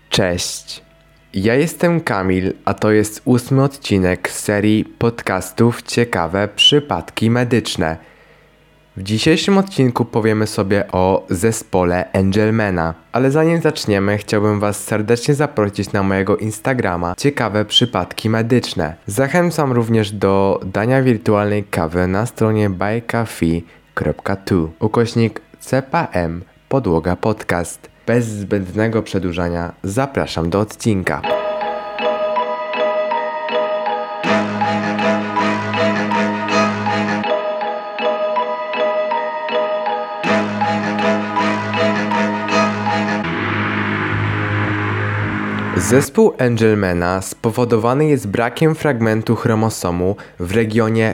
Cześć, ja jestem Kamil, a to jest 8 odcinek z serii podcastów Ciekawe Przypadki Medyczne. W dzisiejszym odcinku powiemy sobie o zespole Angelmana, ale zanim zaczniemy, chciałbym Was serdecznie zaprosić na mojego Instagrama Ciekawe Przypadki Medyczne. Zachęcam również do dania wirtualnej kawy na stronie buycoffee.to/CPM podłoga podcast. Bez zbędnego przedłużania zapraszam do odcinka. Zespół Angelmana spowodowany jest brakiem fragmentu chromosomu w regionie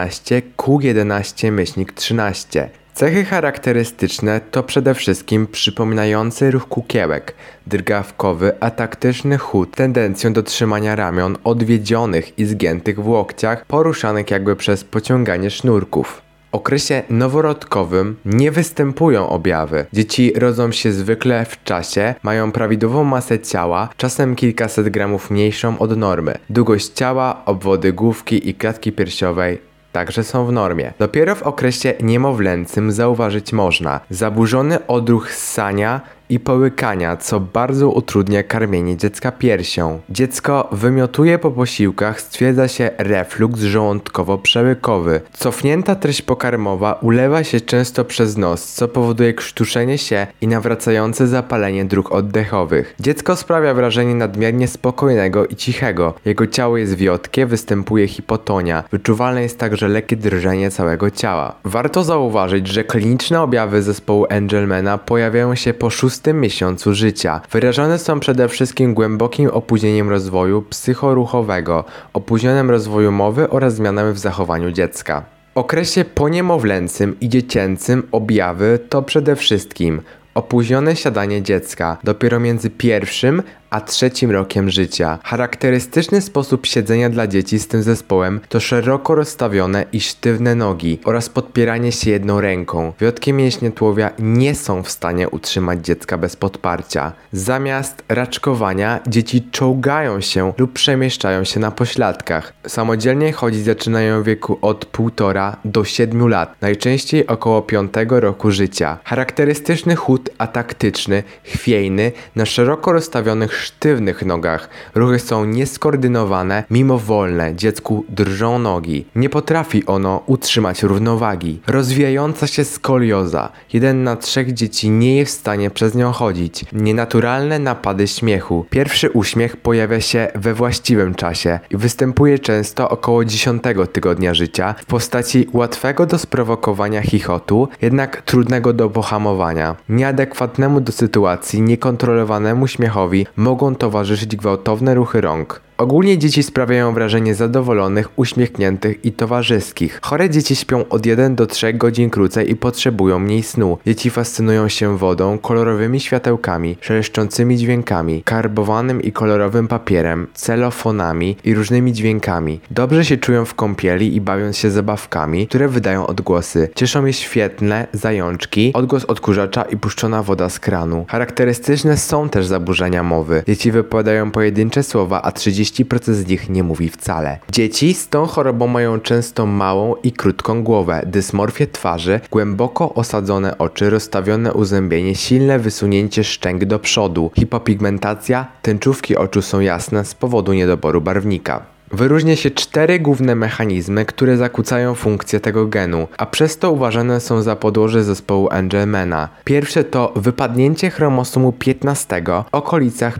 15q11-13. Cechy charakterystyczne to przede wszystkim przypominający ruch kukiełek, drgawkowy, a taktyczny chód, tendencją do trzymania ramion odwiedzionych i zgiętych w łokciach, poruszanych jakby przez pociąganie sznurków. W okresie noworodkowym nie występują objawy. Dzieci rodzą się zwykle w czasie, mają prawidłową masę ciała, czasem kilkaset gramów mniejszą od normy. Długość ciała, obwody główki i klatki piersiowej także są w normie. Dopiero w okresie niemowlęcym zauważyć można zaburzony odruch ssania i połykania, co bardzo utrudnia karmienie dziecka piersią. Dziecko wymiotuje po posiłkach, stwierdza się refluks żołądkowo-przełykowy. Cofnięta treść pokarmowa ulewa się często przez nos, co powoduje krztuszenie się i nawracające zapalenie dróg oddechowych. Dziecko sprawia wrażenie nadmiernie spokojnego i cichego. Jego ciało jest wiotkie, występuje hipotonia. Wyczuwalne jest także lekkie drżenie całego ciała. Warto zauważyć, że kliniczne objawy zespołu Angelmana pojawiają się po 6 miesiącu życia. Wyrażone są przede wszystkim głębokim opóźnieniem rozwoju psychoruchowego, opóźnionym rozwoju mowy oraz zmianami w zachowaniu dziecka. W okresie poniemowlęcym i dziecięcym objawy to przede wszystkim opóźnione siadanie dziecka dopiero między 1. a 3. rokiem życia. Charakterystyczny sposób siedzenia dla dzieci z tym zespołem to szeroko rozstawione i sztywne nogi oraz podpieranie się jedną ręką. Wiotkie mięśnie tułowia nie są w stanie utrzymać dziecka bez podparcia. Zamiast raczkowania dzieci czołgają się lub przemieszczają się na pośladkach. Samodzielnie chodzić zaczynają w wieku od 1,5 do 7 lat, najczęściej około 5. roku życia. Charakterystyczny chód ataktyczny, chwiejny, na szeroko rozstawionych sztywnych nogach. Ruchy są nieskoordynowane, mimowolne, dziecku drżą nogi. Nie potrafi ono utrzymać równowagi. Rozwijająca się skolioza. 1 na 3 dzieci nie jest w stanie przez nią chodzić. Nienaturalne napady śmiechu. Pierwszy uśmiech pojawia się we właściwym czasie i występuje często około 10. tygodnia życia w postaci łatwego do sprowokowania chichotu, jednak trudnego do pohamowania. Nieadekwatnemu do sytuacji, niekontrolowanemu śmiechowi mogą towarzyszyć gwałtowne ruchy rąk. Ogólnie dzieci sprawiają wrażenie zadowolonych, uśmiechniętych i towarzyskich. Chore dzieci śpią od 1 do 3 godzin krócej i potrzebują mniej snu. Dzieci fascynują się wodą, kolorowymi światełkami, szeleszczącymi dźwiękami, karbowanym i kolorowym papierem, celofonami i różnymi dźwiękami. Dobrze się czują w kąpieli i bawiąc się zabawkami, które wydają odgłosy. Cieszą je świetlne zajączki, odgłos odkurzacza i puszczona woda z kranu. Charakterystyczne są też zaburzenia mowy. Dzieci wypowiadają pojedyncze słowa, a 30% z nich nie mówi wcale. Dzieci z tą chorobą mają często małą i krótką głowę, dysmorfię twarzy, głęboko osadzone oczy, rozstawione uzębienie, silne wysunięcie szczęk do przodu, hipopigmentacja, tęczówki oczu są jasne z powodu niedoboru barwnika. Wyróżnia się 4 główne mechanizmy, które zakłócają funkcję tego genu, a przez to uważane są za podłoże zespołu Angelmana. Pierwsze to wypadnięcie chromosomu 15 w okolicach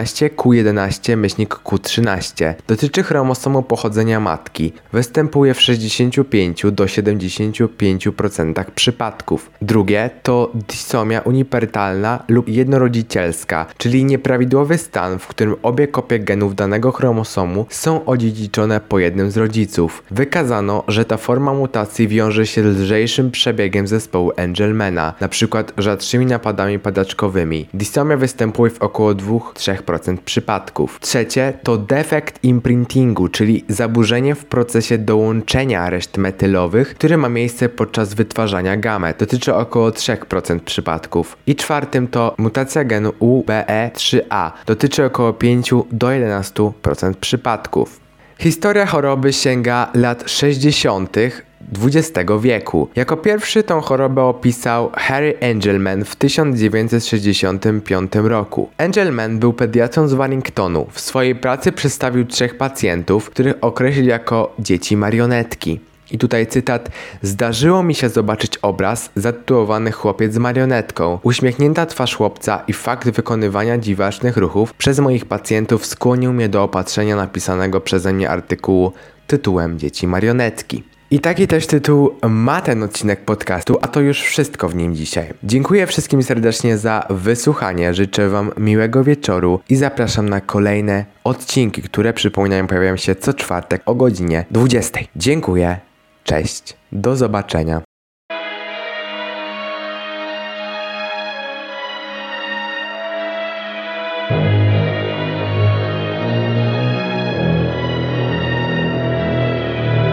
15q11-q13. Dotyczy chromosomu pochodzenia matki. Występuje w 65 do 75% przypadków. Drugie to disomia unipartalna lub jednorodzicielska, czyli nieprawidłowy stan, w którym obie kopie genów danego chromosomu są odziedziczone odziedziczone po jednym z rodziców. Wykazano, że ta forma mutacji wiąże się z lżejszym przebiegiem zespołu Angelmana, np. rzadszymi napadami padaczkowymi. Dystomia występuje w około 2-3% przypadków. Trzecie to defekt imprintingu, czyli zaburzenie w procesie dołączenia reszt metylowych, które ma miejsce podczas wytwarzania gamet. Dotyczy około 3% przypadków. I czwartym to mutacja genu UBE3A. Dotyczy około 5-11% przypadków. Historia choroby sięga lat 60. XX wieku. Jako pierwszy tą chorobę opisał Harry Engelman w 1965 roku. Engelman był pediatrą z Warringtonu. W swojej pracy przedstawił 3 pacjentów, których określił jako dzieci marionetki. I tutaj cytat: zdarzyło mi się zobaczyć obraz, zatytułowany Chłopiec z marionetką. Uśmiechnięta twarz chłopca i fakt wykonywania dziwacznych ruchów przez moich pacjentów skłonił mnie do opatrzenia napisanego przeze mnie artykułu tytułem Dzieci marionetki. I taki też tytuł ma ten odcinek podcastu, a to już wszystko w nim dzisiaj. Dziękuję wszystkim serdecznie za wysłuchanie, życzę Wam miłego wieczoru i zapraszam na kolejne odcinki, które przypominają pojawiają się co czwartek o godzinie 20. Dziękuję, cześć, do zobaczenia.